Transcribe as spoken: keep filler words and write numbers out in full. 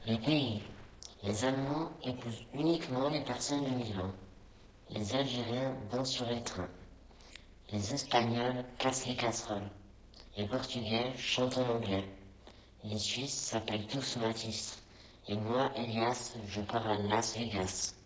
Les pays. Les Allemands épousent uniquement les personnes de Milan. Les Algériens dansent sur les trains. Les Espagnols cassent les casseroles. Les Portugais chantent en anglais. Les Suisses s'appellent tous Matisse. Et moi, Elias, je pars à Las Vegas.